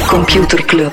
Computer Club.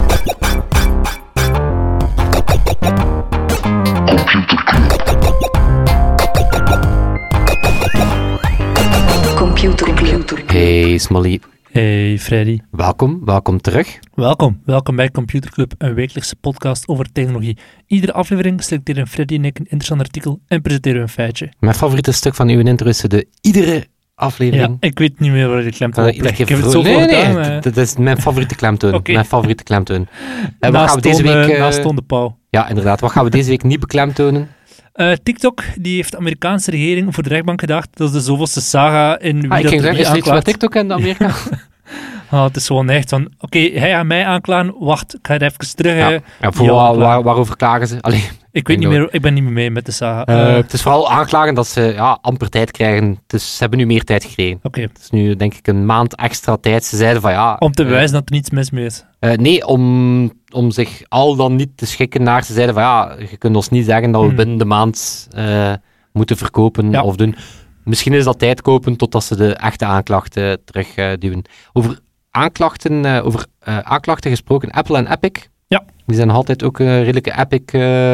Computer Club. Hey Smolly. Hey Freddy. Welkom terug. Welkom bij Computer Club, een wekelijkse podcast over technologie. Iedere aflevering selecteren Freddy en ik een interessant artikel en presenteren we een feitje. Mijn favoriete stuk van uw intro is de iedere aflevering. Ja, ik weet niet meer waar ik de klemtoon op leg. Ik heb het zo gedaan. Dat is mijn favoriete klemtoon. Okay. Mijn favoriete klemtoon. Wat gaan we deze week... Naast de pauw. Ja, inderdaad. Wat gaan we deze week niet beklemtonen? TikTok, die heeft de Amerikaanse regering voor de rechtbank gedacht. Dat is de zoveelste saga in wie ik dat ging zeggen, is er iets met aanklaagt. TikTok in Amerika? Het is gewoon echt van, oké, hij gaat mij aanklagen, wacht, ik ga er even terug. Waarover klagen ze? Allee, ik weet niet meer, ik ben niet meer mee met de saga. Het is vooral aanklagen dat ze amper tijd krijgen. Dus ze hebben nu meer tijd gekregen. Oké. Het is nu denk ik een maand extra tijd. Ze zeiden van om te bewijzen dat er niets mis mee is. Nee, om zich al dan niet te schikken naar. Ze zeiden van je kunt ons niet zeggen dat we binnen de maand moeten verkopen of doen. Misschien is dat tijd kopen totdat ze de echte aanklachten terugduwen. Over aanklachten gesproken, Apple en Epic. Ja. Die zijn nog altijd ook een redelijke Epic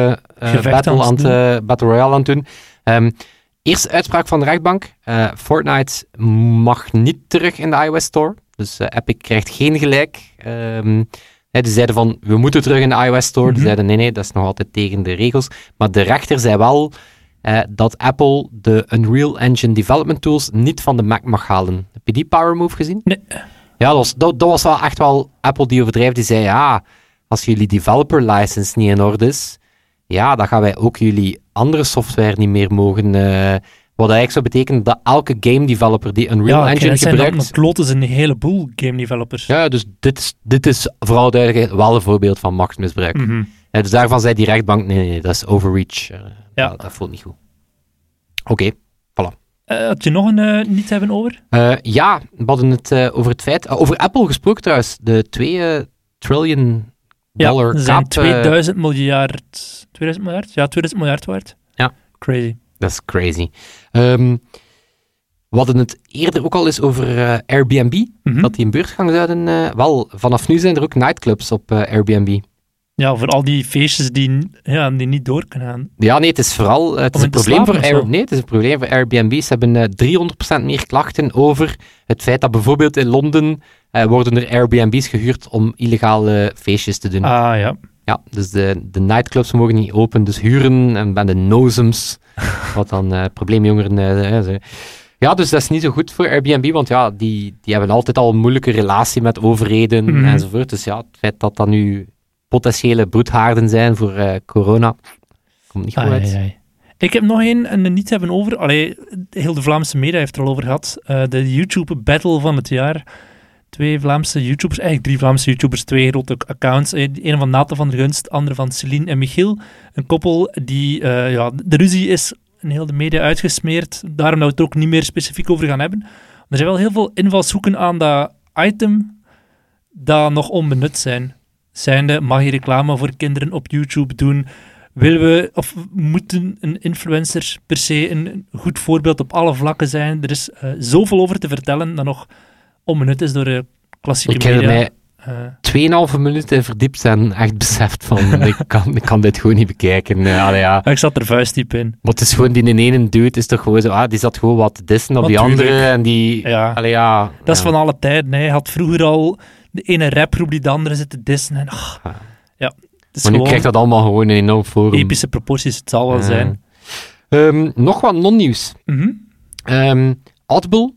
Battle Royale aan het doen. Eerste uitspraak van de rechtbank. Fortnite mag niet terug in de iOS Store. Dus Epic krijgt geen gelijk. Die zeiden van, we moeten terug in de iOS Store. Die zeiden, nee, dat is nog altijd tegen de regels. Maar de rechter zei wel dat Apple de Unreal Engine Development Tools niet van de Mac mag halen. Heb je die power move gezien? Nee. Ja, dat was wel echt wel Apple die overdrijft. Die zei, als jullie developer license niet in orde is, dan gaan wij ook jullie andere software niet meer mogen... Wat eigenlijk zou betekenen dat elke game developer die Unreal Engine gebruikt... Ja, kloten ze een heleboel game developers. Ja, dus dit is vooral duidelijk wel een voorbeeld van machtsmisbruik. Dus daarvan zei die rechtbank, nee, dat is overreach. Dat voelt niet goed. Oké, voilà. Had je nog een niet hebben over? Ja, we hadden het over het feit... over Apple gesproken trouwens. De $2 trillion dollar cap. Zijn 2000 miljard... 2000 miljard? Ja, 2000 miljard waard. Ja. Crazy. Dat is crazy. We hadden het eerder ook al eens over Airbnb. Dat die in beursgang zouden... wel, vanaf nu zijn er ook nightclubs op Airbnb. Ja, voor al die feestjes die niet door kunnen gaan. Ja, nee, het is vooral... Het is een probleem voor Airbnb. Ze hebben 300% meer klachten over het feit dat bijvoorbeeld in Londen worden er Airbnb's gehuurd om illegale feestjes te doen. Ah, ja. Ja, dus de nightclubs mogen niet open, dus huren en bij de nozems, wat dan probleemjongeren... Ja, dus dat is niet zo goed voor Airbnb, want die hebben altijd al een moeilijke relatie met overheden enzovoort. Dus het feit dat dat nu potentiële broedhaarden zijn voor corona, komt niet goed uit. Ik heb nog een niet hebben over. Allee, heel de Vlaamse media heeft er al over gehad. De YouTube Battle van het jaar. 2 Vlaamse YouTubers, eigenlijk 3 Vlaamse YouTubers, 2 grote accounts. Een van Nathan van der Gunst, andere van Celine en Michiel. Een koppel die, de ruzie is in heel de media uitgesmeerd. Daarom dat we het er ook niet meer specifiek over gaan hebben. Er zijn wel heel veel invalshoeken aan dat item dat nog onbenut zijn. Zijnde, mag je reclame voor kinderen op YouTube doen? Willen we, of moeten een influencer per se een goed voorbeeld op alle vlakken zijn? Er is zoveel over te vertellen dat nog onbenut is door de klassieke media. Ik heb mij 2,5 minuten verdiept en echt beseft van, ik kan dit gewoon niet bekijken. Ik zat er vuistdiep in. Maar het is gewoon, die ene dude is toch gewoon zo, die zat gewoon wat te dissen op die andere. En die, dat is van alle tijden. Hij had vroeger al de ene rapgroep die de andere zit te dissen. En, maar nu krijgt dat allemaal gewoon een enorm forum. Epische proporties, het zal wel zijn. Nog wat non-nieuws. Audible,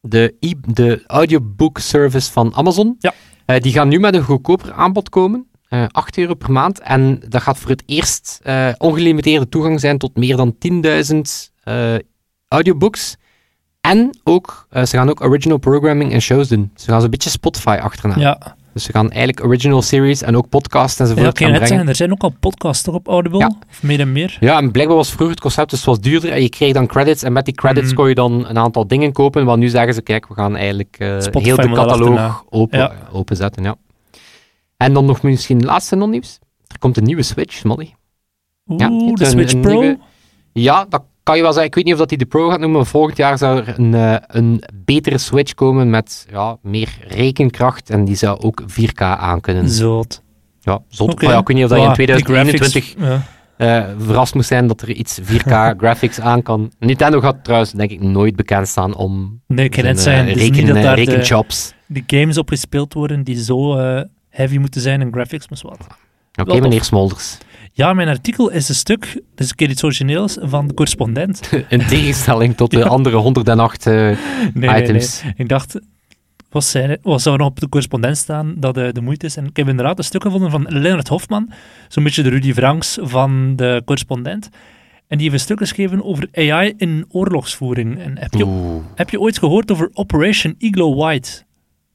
de audiobook service van Amazon, die gaan nu met een goedkoper aanbod komen. €8 per maand. En dat gaat voor het eerst ongelimiteerde toegang zijn tot meer dan 10.000 audiobooks. En ook, ze gaan ook original programming en shows doen. Ze gaan zo'n beetje Spotify achterna. Ja. Dus ze gaan eigenlijk original series en ook podcasts enzovoort gaan brengen. Er zijn ook al podcasts toch op Audible? Ja. Of meer en meer? Ja, en blijkbaar was vroeger het concept, dus het was duurder en je kreeg dan credits en met die credits kon je dan een aantal dingen kopen, want nu zeggen ze, kijk, we gaan eigenlijk heel de catalogus openzetten. Ja. En dan nog misschien het laatste non-nieuws. Er komt een nieuwe Switch, Molly. De Switch Pro? Ja, dat kan je wel zeggen, ik weet niet of dat hij de Pro gaat noemen, maar volgend jaar zou er een betere Switch komen met meer rekenkracht en die zou ook 4K aankunnen. Zot. Ja, zot. Okay. Maar ik weet niet of dat je in 2021 graphics, verrast moest zijn dat er iets 4K graphics aan kan. Nintendo gaat trouwens, denk ik, nooit bekend staan om nee, ik kan net zijn. Dus niet dat daar rekenjobs. de games op gespeeld worden die zo heavy moeten zijn en graphics, maar wat. Oké, meneer Smolders. Ja, mijn artikel is een stuk, dus een keer iets origineels, van de correspondent. In tegenstelling tot de andere 108 items. Nee. Ik dacht, wat zou er nog op de correspondent staan dat de moeite is? En ik heb inderdaad een stuk gevonden van Leonard Hofman, zo'n beetje de Rudy Franks van de correspondent. En die heeft een stuk geschreven over AI in oorlogsvoering. En heb je ooit gehoord over Operation Eagle White?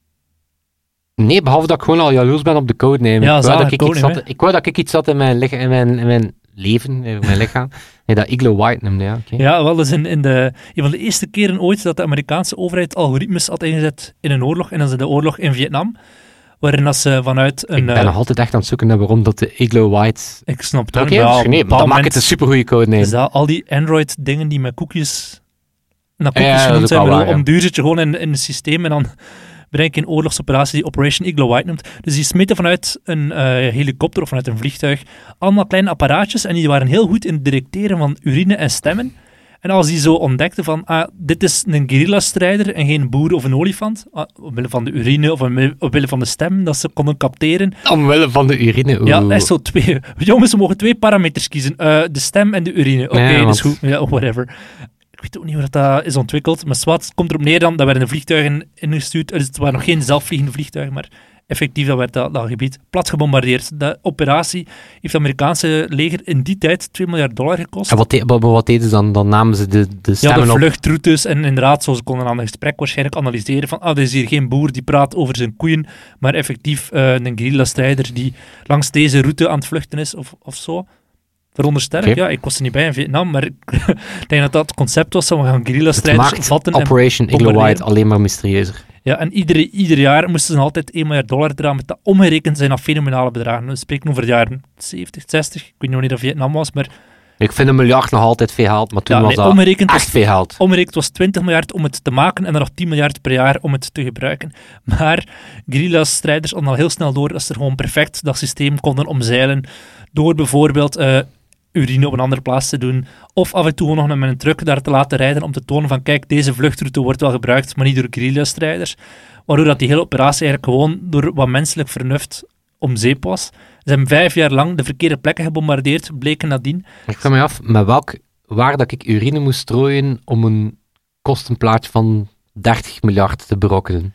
Nee, behalve dat ik gewoon al jaloers ben op de codename. Ja, ik wou dat ik iets had in mijn leven, in mijn lichaam. Nee, dat Eagle White noemde, ja. Okay. Ja, wel, dus een van de eerste keren ooit dat de Amerikaanse overheid algoritmes had ingezet in een oorlog, en dat is de oorlog in Vietnam, waarin dat ze vanuit een... Ik ben nog altijd echt aan het zoeken naar waarom dat de Eagle White... Ik snap het. Oké, maar dan maakt het een supergoeie codename. Dus dat al die Android-dingen die met cookies... naar cookies genoemd zijn, om duur zit je gewoon in het systeem en dan... bedenk een oorlogsoperatie die Operation Eagle White noemt. Dus die smeten vanuit een helikopter of vanuit een vliegtuig allemaal kleine apparaatjes en die waren heel goed in het detecteren van urine en stemmen. En als die zo ontdekten van, dit is een guerrilla-strijder en geen boer of een olifant, omwille van de urine of omwille van de stem, dat ze konden capteren. Omwille van de urine? Ja, dat is zo twee. Jongens, we mogen 2 parameters kiezen. De stem en de urine. Oké, dat is goed. Ja, whatever. Ik weet ook niet hoe dat is ontwikkeld, maar zwart komt erop neer dan, dat werden de vliegtuigen ingestuurd. Dus het waren nog geen zelfvliegende vliegtuigen, maar effectief dat werd dat gebied plat gebombardeerd. De operatie heeft het Amerikaanse leger in die tijd $2 miljard gekost. En wat deden ze dan? Dan namen ze de stemmen de vluchtroutes en inderdaad, zo ze konden aan een gesprek waarschijnlijk analyseren van, er is hier geen boer die praat over zijn koeien, maar effectief een guerrilla-strijder die langs deze route aan het vluchten is of zo. Veronderstel ik, ja, ik was er niet bij in Vietnam, maar ik denk dat dat het concept was, dat we gaan guerrilla-strijders vatten. Operation Eagle White alleen maar mysterieuzer. Ja, en ieder jaar moesten ze altijd $1 miljard draaien, met dat omgerekend zijn dat fenomenale bedragen. We spreken over de jaren 70, 60, ik weet nog niet of Vietnam was, maar... Ik vind $1 miljard nog altijd veel geld, maar toen was dat echt veel geld. Omgerekend was $20 miljard om het te maken en dan nog $10 miljard per jaar om het te gebruiken. Maar guerrilla-strijders hadden al heel snel door dat ze er gewoon perfect dat systeem konden omzeilen door bijvoorbeeld... urine op een andere plaats te doen, of af en toe nog met een truck daar te laten rijden om te tonen van kijk, deze vluchtroute wordt wel gebruikt, maar niet door guerrilla-strijders, waardoor dat die hele operatie eigenlijk gewoon door wat menselijk vernuft om zeep was. Ze hebben 5 jaar lang de verkeerde plekken gebombardeerd, bleken nadien. Ik vraag me af, met waar dat ik urine moest strooien om een kostenplaatje van 30 miljard te berokkenen?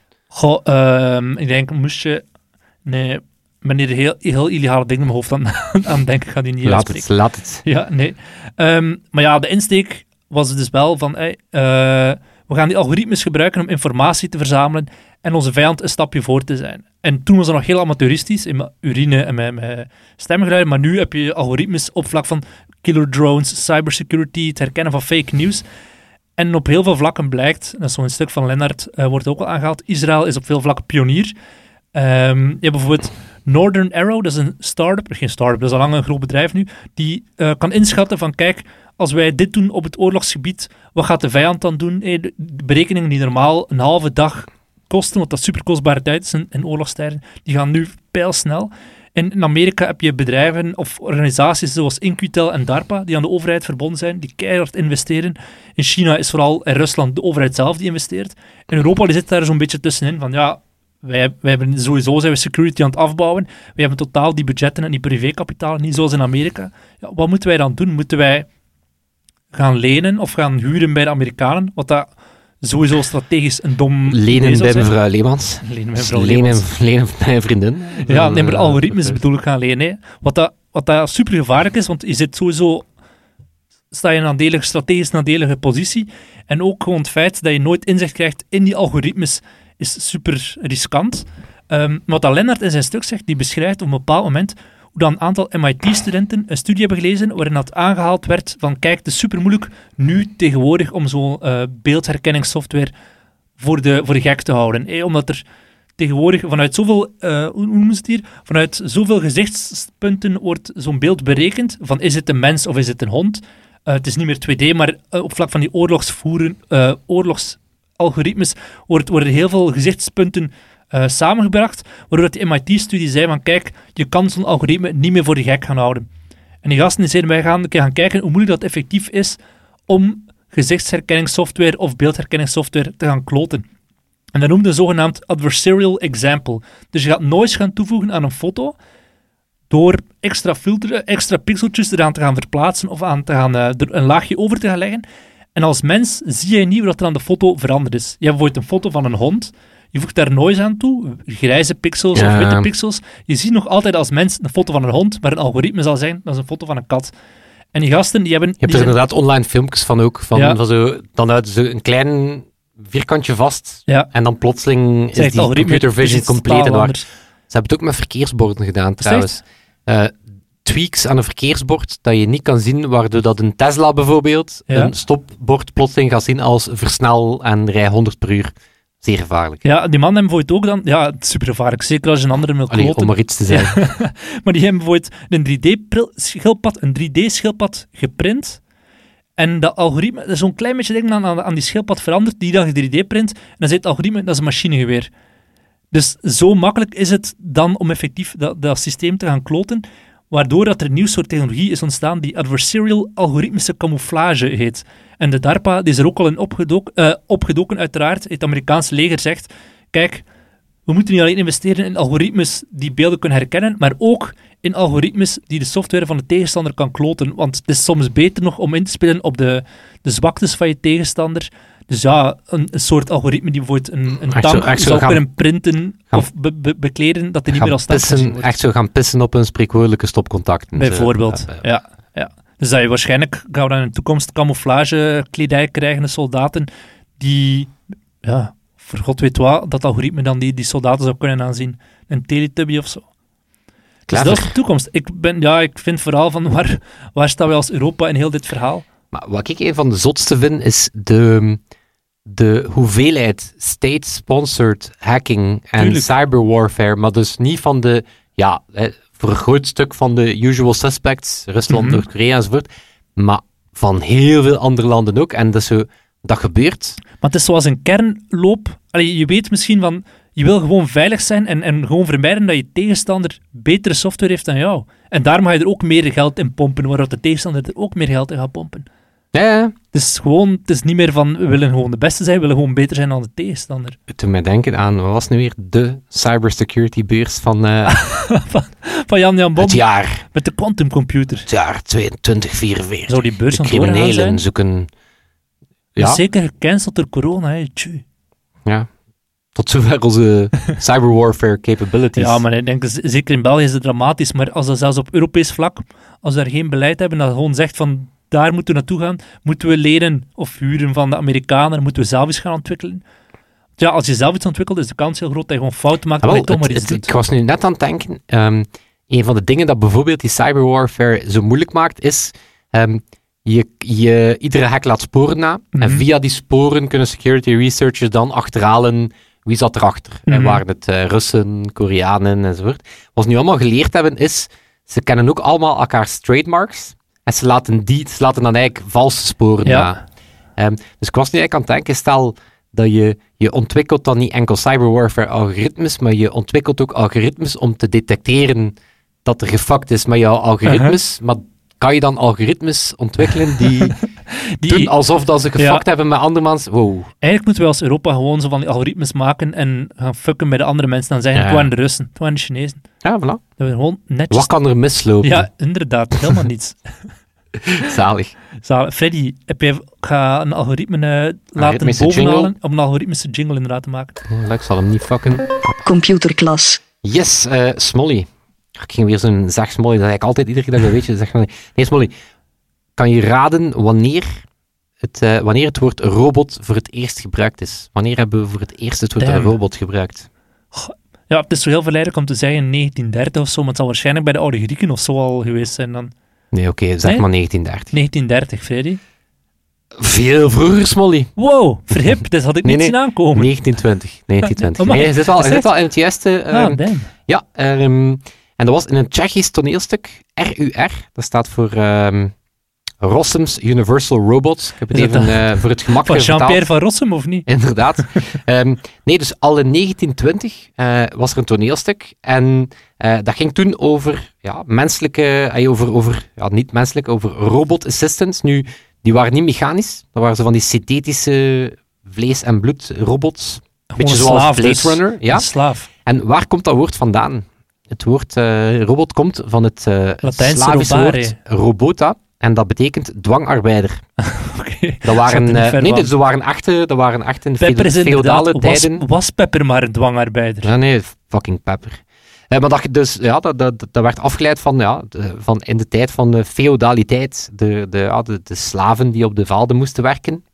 Ik denk, moest je... Nee... Wanneer de heel illegale dingen in mijn hoofd aan denken, ga die niet uitspreken. Laat het. Ja, nee. Maar ja, de insteek was dus wel van, we gaan die algoritmes gebruiken om informatie te verzamelen en onze vijand een stapje voor te zijn. En toen was het nog heel amateuristisch, in urine en met stemgeluiden, maar nu heb je algoritmes op vlak van killer drones, cybersecurity, het herkennen van fake news. En op heel veel vlakken blijkt, dat is zo'n stuk van Lennart, wordt ook al aangehaald, Israël is op veel vlakken pionier. Je hebt bijvoorbeeld Northern Arrow, dat is een start-up, geen start-up, dat is al lang een groot bedrijf nu, die kan inschatten van, kijk, als wij dit doen op het oorlogsgebied, wat gaat de vijand dan doen? De berekeningen die normaal een halve dag kosten, want dat super kostbare tijd is in oorlogstijden, die gaan nu pijlsnel. En in Amerika heb je bedrijven of organisaties zoals Inquitel en DARPA, die aan de overheid verbonden zijn, die keihard investeren. In China is vooral in Rusland de overheid zelf die investeert. In Europa die zit daar zo'n beetje tussenin van, ja, wij hebben sowieso zijn we security aan het afbouwen. Wij hebben totaal die budgetten en die privékapitaal, niet zoals in Amerika. Ja, wat moeten wij dan doen? Moeten wij gaan lenen of gaan huren bij de Amerikanen? Wat dat sowieso strategisch een dom... Lenen bij mevrouw Leemans. Lenen bij een vriendin. Ja, nee, maar algoritmes bedoel ik gaan lenen. Wat dat super gevaarlijk is, want je zit sowieso... sta je in een strategisch nadelige positie. En ook gewoon het feit dat je nooit inzicht krijgt in die algoritmes is super riskant. Wat dat Lennart in zijn stuk zegt, die beschrijft op een bepaald moment hoe dan een aantal MIT-studenten een studie hebben gelezen waarin dat aangehaald werd van kijk, het is super moeilijk nu tegenwoordig om zo'n beeldherkenningssoftware voor de gek te houden. Omdat er tegenwoordig vanuit zoveel, hoe noemen ze het hier? Vanuit zoveel gezichtspunten wordt zo'n beeld berekend van is het een mens of is het een hond? Het is niet meer 2D, maar op vlak van die oorlogsalgoritmes worden heel veel gezichtspunten samengebracht, waardoor die MIT-studie zei van kijk, je kan zo'n algoritme niet meer voor de gek gaan houden. En die gasten die zeiden, wij gaan kijken hoe moeilijk dat effectief is om gezichtsherkenningssoftware of beeldherkenningssoftware te gaan kloten. En dat noemde een zogenaamd adversarial example. Dus je gaat noise gaan toevoegen aan een foto door extra pixeltjes eraan te gaan verplaatsen of aan te gaan, er een laagje over te gaan leggen. En als mens zie je niet wat er aan de foto veranderd is. Je hebt bijvoorbeeld een foto van een hond, je voegt daar noise aan toe, grijze pixels of witte pixels. Je ziet nog altijd als mens een foto van een hond, maar een algoritme zal zijn, dat is een foto van een kat. En die gasten, die hebben... Je hebt er inderdaad online filmpjes van ook, van zo, dan houden ze een klein vierkantje vast, en dan plotseling is die computer vision compleet. Ze hebben het ook met verkeersborden gedaan, trouwens. Tweaks aan een verkeersbord, dat je niet kan zien, waardoor dat een Tesla bijvoorbeeld een stopbord plotseling gaat zien als versnel en rij 100 per uur. Zeer gevaarlijk. Ja, die man hebben bijvoorbeeld ook dan... Ja, het is super gevaarlijk. Zeker als je een andere wil kloten. Om maar iets te zeggen. Maar die hebben bijvoorbeeld een 3D-schildpad geprint. En dat algoritme... Er is zo'n klein beetje ding aan die schildpad veranderd, die dat je 3D-print. En dan zit het algoritme, dat is een machinegeweer. Dus zo makkelijk is het dan om effectief dat systeem te gaan kloten, waardoor dat er een nieuw soort technologie is ontstaan die adversarial algoritmische camouflage heet. En de DARPA die is er ook al in opgedoken, uiteraard. Het Amerikaanse leger zegt, kijk, we moeten niet alleen investeren in algoritmes die beelden kunnen herkennen, maar ook in algoritmes die de software van de tegenstander kan kloten. Want het is soms beter nog om in te spelen op de zwaktes van je tegenstander. Dus ja, een soort algoritme die bijvoorbeeld een tank zou kunnen printen of bekleden, dat hij niet meer als tank gezien wordt. Echt zo gaan pissen op hun spreekwoordelijke stopcontacten. Bijvoorbeeld, ja. Dus dat je waarschijnlijk, gaan we dan in de toekomst camouflagekledij krijgen, de soldaten, die, ja, voor god weet wat, dat algoritme dan die soldaten zou kunnen aanzien. Een Teletubby of zo. Dus dat is de toekomst. Ik vind vooral van waar staan we als Europa in heel dit verhaal? Maar wat ik een van de zotste vind, is de hoeveelheid state-sponsored hacking en cyberwarfare, maar dus niet van voor een groot stuk van de usual suspects, Rusland, Noord-Korea enzovoort, maar van heel veel andere landen ook. En dat gebeurt. Maar het is zoals een kernloop. Allee, je weet misschien van, je wil gewoon veilig zijn en gewoon vermijden dat je tegenstander betere software heeft dan jou. En daarom ga je er ook meer geld in pompen, waardoor de tegenstander er ook meer geld in gaat pompen. Ja. Het is niet meer van, we willen gewoon de beste zijn, we willen gewoon beter zijn dan de tegenstander. Het doet mij denken aan, wat was nu weer de cybersecurity beurs van van Jan Bon. Het jaar. Met de quantumcomputer. Het jaar 2044. Zou die beurs de criminelen zoeken... Ja. Zeker gecanceld door corona, hè. Ja. Tot zover onze cyberwarfare capabilities. Ja, maar ik denk, zeker in België is het dramatisch, maar als dat zelfs op Europees vlak, als we daar geen beleid hebben, dat gewoon zegt van, daar moeten we naartoe gaan, moeten we lenen of huren van de Amerikanen, moeten we zelf iets gaan ontwikkelen. Ja, als je zelf iets ontwikkelt, is de kans heel groot dat je gewoon fouten maakt, maar je toch maar iets doet. Ik was nu net aan het denken, een van de dingen dat bijvoorbeeld die cyberwarfare zo moeilijk maakt, is... Je iedere hack laat sporen na. En via die sporen kunnen security researchers dan achterhalen wie zat erachter. En waren het Russen, Koreanen enzovoort. Wat ze nu allemaal geleerd hebben is, ze kennen ook allemaal elkaars trademarks. En ze laten dan eigenlijk valse sporen na. Dus ik was nu eigenlijk aan het denken, stel dat je ontwikkelt dan niet enkel cyberwarfare algoritmes, maar je ontwikkelt ook algoritmes om te detecteren dat er gefuckt is met jouw algoritmes, maar kan je dan algoritmes ontwikkelen die doen alsof dat ze gefuckt hebben met andermans? Wow. Eigenlijk moeten we als Europa gewoon zo van die algoritmes maken en gaan fucken met de andere mensen. Dan zeggen het waren de Russen, het waren de Chinezen. Ja, voilà. Dat we gewoon netjes... Wat kan er mislopen? Ja, inderdaad. Helemaal niets. Zalig. Freddy, ga een algoritme laten bovenhalen om een algoritmische jingle inderdaad te maken. Ik zal hem niet fucken. Computerklas. Yes, Smolly. Ik ging weer zo'n zeg Smolly, dat ik altijd iedere keer dat je weet, zeg Smolly. Nee, Smolly, kan je raden wanneer het woord robot voor het eerst gebruikt is? Wanneer hebben we voor het eerst het woord robot gebruikt? Ja, het is zo heel verleidelijk om te zeggen 1930 of zo, maar het zal waarschijnlijk bij de oude Grieken of zo al geweest zijn dan. Nee, oké, zeg maar 1930. 1930, Freddy. Veel vroeger, Smolly. Wow, verhip, dit had ik niet zien aankomen. 1920. Nee, je zit wel in het juiste... ja, en dat was in een Tsjechisch toneelstuk, RUR. Dat staat voor... Rossum's Universal Robots. Ik heb het Is dat even voor het gemak Van vertaald. Jean-Pierre van Rossum, of niet? Inderdaad. Nee, dus al in 1920 was er een toneelstuk. En dat ging toen over over robot assistants. Nu, die waren niet mechanisch. Dat waren zo van die synthetische vlees- en bloedrobots. Beetje zoals slaaf, Blade dus. Runner. Ja. Een slaaf. En waar komt dat woord vandaan? Het woord robot komt van het Latijnse Slavische robare. woord robota. En dat betekent dwangarbeider. Oké. Dat waren, Zat er niet ver van. dus dat waren echt in Pepper is feodale inderdaad... tijden. Was Pepper maar een dwangarbeider? Ja, nee, fucking Pepper. Maar dat werd afgeleid van, van in de tijd van de feodaliteit, de slaven die op de velden moesten werken.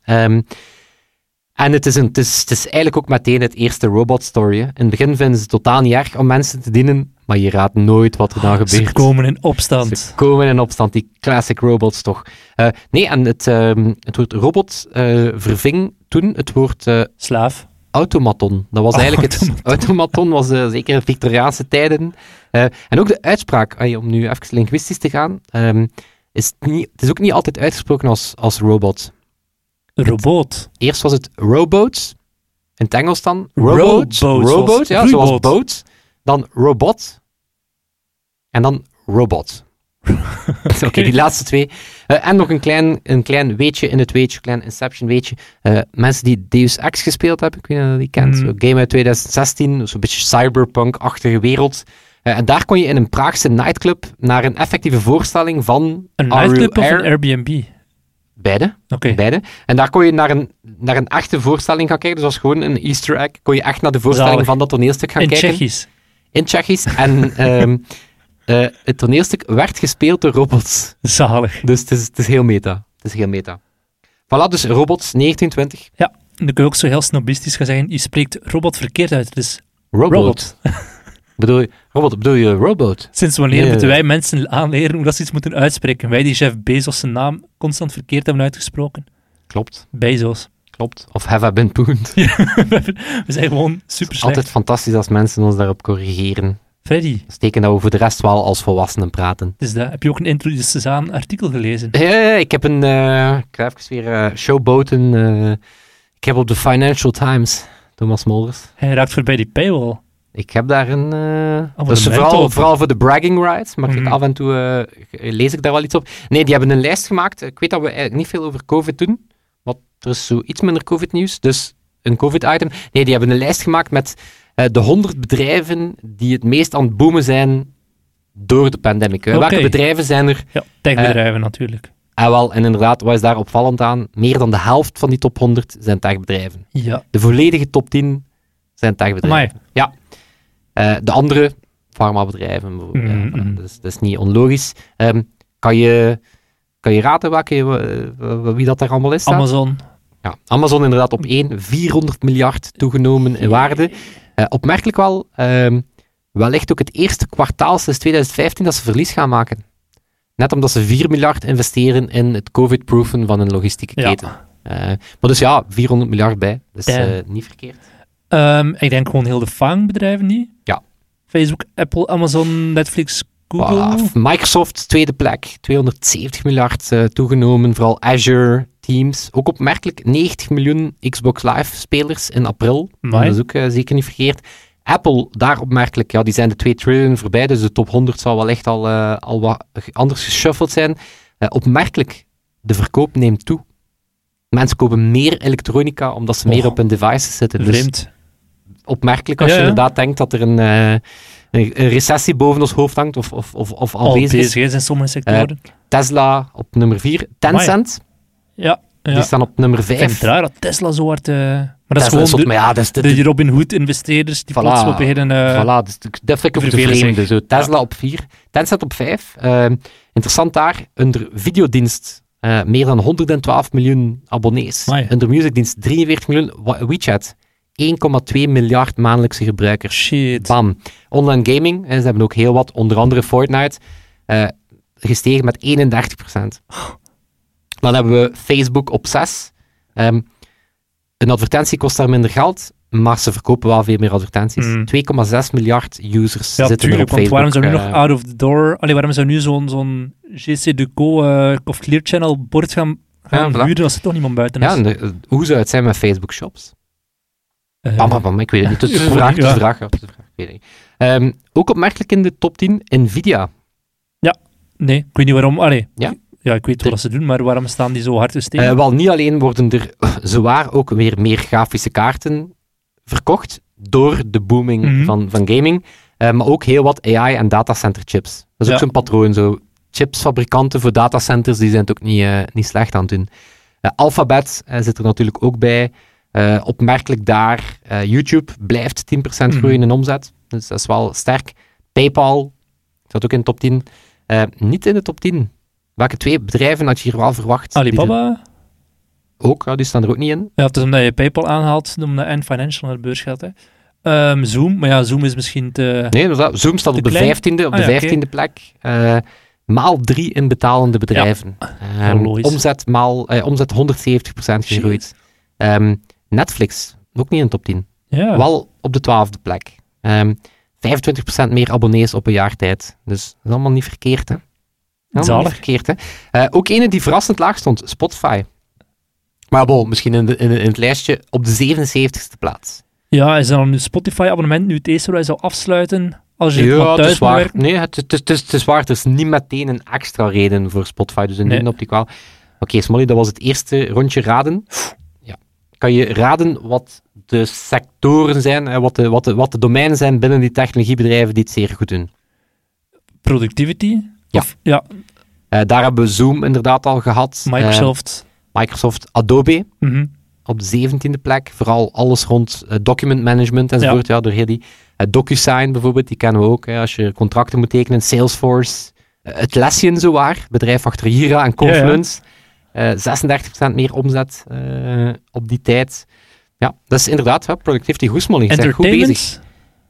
En het is eigenlijk ook meteen het eerste robot story. Hè. In het begin vinden ze het totaal niet erg om mensen te dienen, maar je raadt nooit wat er dan gebeurt. Ze komen in opstand. Ze komen in opstand, die classic robots toch. En het woord robot verving toen het woord Slaaf. automaton. Dat was eigenlijk het... Automaton was zeker in Victoriaanse tijden. En ook de uitspraak, om nu even linguistisch te gaan, het is ook niet altijd uitgesproken als robot. Robot. Eerst was het robots, in het Engels dan. Rowboat, Rowboat, ja, roeiboot. zoals boot. Dan robot. En dan robot. Oké, die laatste twee. En nog een klein weetje in het weetje, klein Inception weetje. Mensen die Deus Ex gespeeld hebben, ik weet niet of je die kent. Zo'n game uit 2016, zo'n beetje cyberpunk-achtige wereld. En daar kon je in een Praagse nightclub naar een effectieve voorstelling van Een nightclub of Air. een Airbnb? Beide. Oké. Beide. En daar kon je naar een echte voorstelling gaan kijken. Dus dat was gewoon een Easter egg. Kon je echt naar de voorstelling Zalig. van dat toneelstuk gaan In kijken. Tsjechisch. In Tsjechisch. En het toneelstuk werd gespeeld door robots. Zalig. Dus het is heel meta. Het is heel meta. Voilà, dus robots, 1920. Ja, en dan kun je ook zo heel snobistisch gaan zeggen, je spreekt robot verkeerd uit. Dus Robot. Bedoel je robot? sinds wanneer Nee. moeten wij mensen aanleren hoe dat ze iets moeten uitspreken? Wij die Jeff Bezos zijn naam constant verkeerd hebben uitgesproken. Klopt. Bezos. Klopt. Of have I been pooned? We zijn gewoon super Het is slecht. altijd fantastisch als mensen ons daarop corrigeren. Freddy, Dat betekent dat we voor de rest wel als volwassenen praten. dus dat, heb je ook een Introducezaan artikel gelezen? Ja, ik heb ik ga even weer showboten. Ik heb op de Financial Times, Thomas Molders. Hij raakt voorbij die paywall. Ik heb daar een... dus Abonnement vooral voor de bragging rights, maar Mhm. af en toe lees ik daar wel iets op. Nee, die hebben een lijst gemaakt. Ik weet dat we eigenlijk niet veel over COVID doen, want er is zo iets minder COVID-nieuws, dus een COVID-item. Nee, die hebben een lijst gemaakt met de 100 bedrijven die het meest aan het boomen zijn door de pandemic. Oké. Welke bedrijven zijn er? Ja, techbedrijven natuurlijk. En inderdaad, wat is daar opvallend aan? Meer dan de helft van die top 100 zijn techbedrijven. Ja. De volledige top 10 zijn techbedrijven. Amai. Ja. De andere, farmabedrijven bijvoorbeeld. Mhm. Ja, dat is niet onlogisch. Kan je raden wie dat daar allemaal is? dan? Amazon. Ja, Amazon inderdaad op 1, 400 miljard toegenomen in waarde. Opmerkelijk wel, wellicht ook het eerste kwartaal sinds 2015 dat ze verlies gaan maken. Net omdat ze 4 miljard investeren in het covid-proofen van een logistieke Ja. keten. Maar dus ja, 400 miljard bij. Dus Damn. niet verkeerd. Ik denk gewoon heel de fangbedrijven niet. Ja. Facebook, Apple, Amazon, Netflix, Google. Voilà. Microsoft, tweede plek, 270 miljard toegenomen. Vooral Azure, Teams. Ook opmerkelijk, 90 miljoen Xbox Live spelers in april. Amai. Dat is ook zeker niet verkeerd. Apple, daar opmerkelijk, ja, die zijn de 2 triljoen voorbij, dus de top 100 zal wel echt al wat anders geshuffeld zijn. Opmerkelijk, de verkoop neemt toe. Mensen kopen meer elektronica, omdat ze meer op hun devices zitten. Dus Vreemd. opmerkelijk als Ja, je ja. inderdaad denkt dat er een recessie boven ons hoofd hangt, of al Al bezig is. bezig is in sommige sectoren. Tesla op nummer 4. Tencent, ja. die staan op nummer Ik vind 5. het raar dat Tesla zo hard... maar dat is Tesla gewoon maar ja, dat is de Robin Hood-investeerders die Voilà. plots op beginnen... Voilà, dus dat vind ik ook de vervelen vreemde. zich. Zo, Tesla op 4, Tencent op 5. Interessant daar, onder videodienst meer dan 112 miljoen abonnees. Amai. Onder musicdienst 43 miljoen. WeChat, 1,2 miljard maandelijkse gebruikers. Shit. Bam. Online gaming, ze hebben ook heel wat, onder andere Fortnite, gestegen met 31%. Dan hebben we Facebook op 6. Een advertentie kost daar minder geld, maar ze verkopen wel veel meer advertenties. 2,6 miljard users zitten er op tuurlijk, want Facebook. waarom zou nu nog out of the door... waarom zou nu zo'n GC Deco of Clear Channel bord gaan huren als er toch niemand buiten is? Ja, en hoe zou het zijn met Facebook Shops? Ik weet het niet. Het is de vraag. Ik weet het niet. Ook opmerkelijk in de top 10, Nvidia. Ja, nee, ik weet niet waarom. Ja, ik weet wat ze doen, maar waarom staan die zo hard te steken? Wel, niet alleen worden er zwaar ook weer meer grafische kaarten verkocht door de booming van gaming, maar ook heel wat AI- en datacenter chips. Dat is ook zo'n patroon. Zo. Chipsfabrikanten voor datacenters, die zijn het ook niet slecht aan het doen. Alphabet zit er natuurlijk ook bij. Opmerkelijk daar. YouTube blijft 10% groeien in omzet. Dus dat is wel sterk. PayPal zat ook in de top 10. Niet in de top 10. Welke 2 bedrijven had je hier wel verwacht? Alibaba? Ook, die staan er ook niet in. Ja, het is omdat je PayPal aanhaalt, omdat Ant Financial naar de beurs gaat. Hè. Zoom, maar ja, Zoom is misschien te... Nee, inderdaad. Zoom staat op de 15e plek. Maal 3 in betalende bedrijven. Omzet 170% gegroeid. Netflix, ook niet in de top 10. Ja. Wel op de 12e plek. 25% meer abonnees op een jaar tijd. Dus dat is allemaal niet verkeerd, hè? Zalig. Ook ene die verrassend laag stond, Spotify. Maar misschien in het lijstje op de 77e plaats. Ja, is dan een Spotify-abonnement nu het eerste waar je zou afsluiten als je thuis het is waar. werkt? Nee, het is waar. Er is niet meteen een extra reden voor Spotify, dus in die optiek wel. Oké, Smolly, dat was het eerste rondje raden. Ja. Kan je raden wat de sectoren zijn, wat de domeinen zijn binnen die technologiebedrijven die het zeer goed doen? Productivity? Ja. Daar hebben we Zoom inderdaad al gehad. Microsoft, Adobe op de 17e plek. Vooral alles rond document management enzovoort. Ja, door heel die DocuSign bijvoorbeeld, die kennen we ook. Als je contracten moet tekenen. Salesforce, Atlassian zowaar, bedrijf achter Jira en Confluence. 36% meer omzet op die tijd. Ja, dat is inderdaad productivity goed, Smolly. Zijn goed bezig.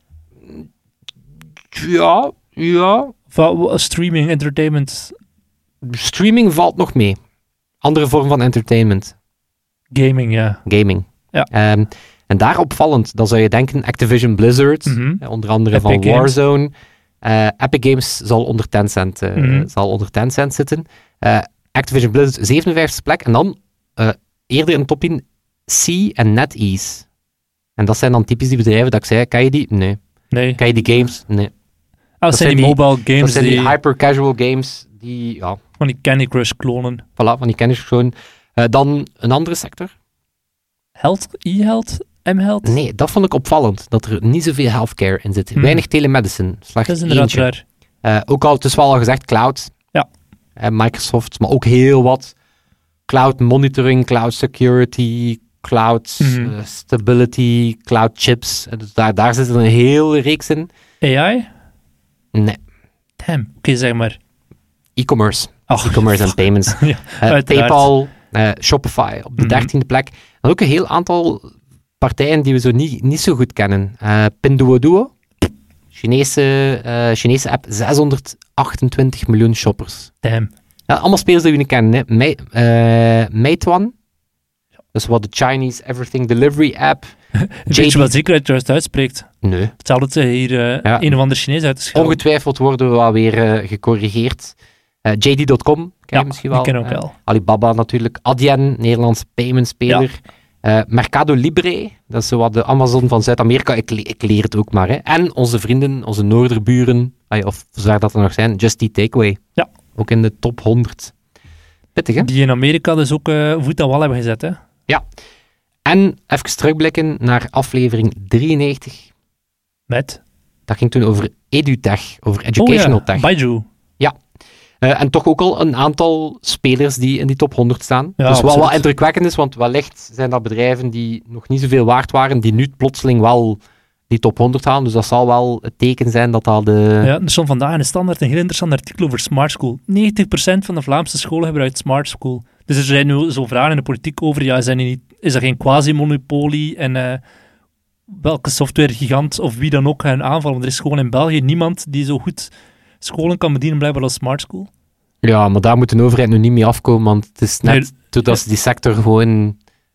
Ja. Streaming, entertainment. Streaming valt nog mee. Andere vorm van entertainment. Gaming, ja. Ja. En daar opvallend, dan zou je denken Activision Blizzard, onder andere Epic van Games. Warzone. Epic Games zal onder Tencent zitten. Activision Blizzard 57e plek. En dan eerder in de top 10 Sea en NetEase. En dat zijn dan typisch die bedrijven dat ik zei, ken je die? Nee. Ken je die games? Nee. Dat zijn die mobile games. Dat zijn die hyper-casual games die, van die Candy Crush klonen. Voilà, van die Candy Crush klonen. Dan een andere sector. Health? E-health? M-health? Nee, dat vond ik opvallend. Dat er niet zoveel healthcare in zit. Weinig telemedicine. Slechts dat is inderdaad raar. Ook al, het is wel al gezegd, cloud. Ja. Microsoft, maar ook heel wat cloud monitoring, cloud security, cloud stability, cloud chips. Dus daar zit er een hele reeks in. AI? Nee. Damn. Oké, zeg maar. E-commerce. E-commerce en payments. PayPal, Shopify op de 13e plek. En ook een heel aantal partijen die we zo niet zo goed kennen. Pinduoduo, Chinese app, 628 miljoen shoppers. Damn. Ja, allemaal spelers die we niet kennen. Meituan, dus wat de Chinese Everything Delivery app. Weet je wat zekerheid juist uitspreekt? Nee. Hetzelfde hier een of ander Chinees uitgeschreven. Ongetwijfeld worden we wel weer gecorrigeerd. JD.com, ken je misschien wel. Die ken ook wel. Alibaba natuurlijk. Adyen, Nederlandse payment-speler. Mercado Libre, dat is zo wat de Amazon van Zuid-Amerika. Ik leer het ook maar. Hè. En onze vrienden, onze noorderburen, of zover dat er nog zijn, Just Eat Takeaway. Ja. Ook in de top 100. Pittig, hè? Die in Amerika dus ook voet aan wal hebben gezet, hè? Ja. En even terugblikken naar aflevering 93. Met? Dat ging toen over EduTech, over educational tech. Baidu. Ja. En toch ook al een aantal spelers die in die top 100 staan. Ja, dus wat indrukwekkend is, want wellicht zijn dat bedrijven die nog niet zoveel waard waren, die nu plotseling wel die top 100 halen. Dus dat zal wel het teken zijn dat dat de... Ja, er stond vandaag in de Standaard een heel interessant artikel over Smart School. 90% van de Vlaamse scholen gebruikt Smart School. Dus er zijn nu zo vragen in de politiek over, is er geen quasi-monopolie en welke softwaregigant of wie dan ook gaan aanvallen. Want er is gewoon in België niemand die zo goed scholen kan bedienen blijkbaar als Smart School. Ja, maar daar moet de overheid nu niet mee afkomen, want het is net doordat ze die sector gewoon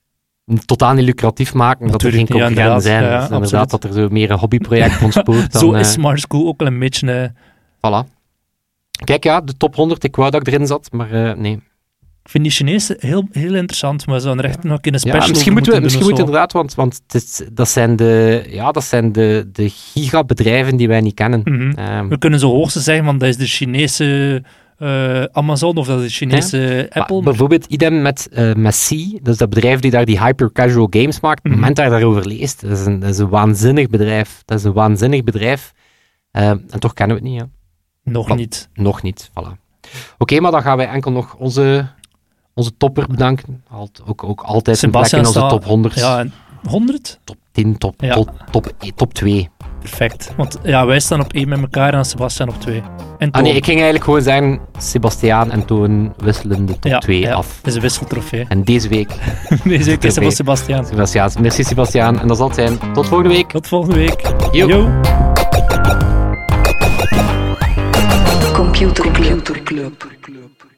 totaal niet lucratief maken, dat er geen Natuurlijk niet, concurrenten zijn. inderdaad. Dus Ja, inderdaad, absoluut. dat er zo meer een hobbyproject ontspoort dan... Zo is Smart School ook wel een beetje... Voilà. Kijk, ja, de top 100, ik wou dat ik erin zat, maar nee. Ik vind die Chinezen heel, heel interessant, maar we zouden er echt nog een keer een special Ja, misschien over moeten doen of zo. inderdaad, want dat zijn de gigabedrijven die wij niet kennen. We kunnen zo hoogste zeggen, want dat is de Chinese Amazon of dat is de Chinese Apple. Maar bijvoorbeeld idem met C, dus dat bedrijf die daar die hyper-casual games maakt. Op het moment dat je daarover leest, dat is een waanzinnig bedrijf. En toch kennen we het niet, ja. Nog niet, voilà. Oké, maar dan gaan wij enkel nog onze topper bedanken. Ook altijd een plek in onze top 100. Ja, 100? Top 10, top 2. Perfect. Want ja, wij staan op 1 met elkaar en Sebastian op 2. En Toon. Nee, ik ging eigenlijk gewoon zeggen, Sebastiaan en Toon wisselen de top 2 af. Dat is een wisseltrofee. En deze week... Deze week is het van Sebastiaan. Merci Sebastiaan. En dat zal het zijn. Tot volgende week. Tot volgende week. Yo. Computer Club.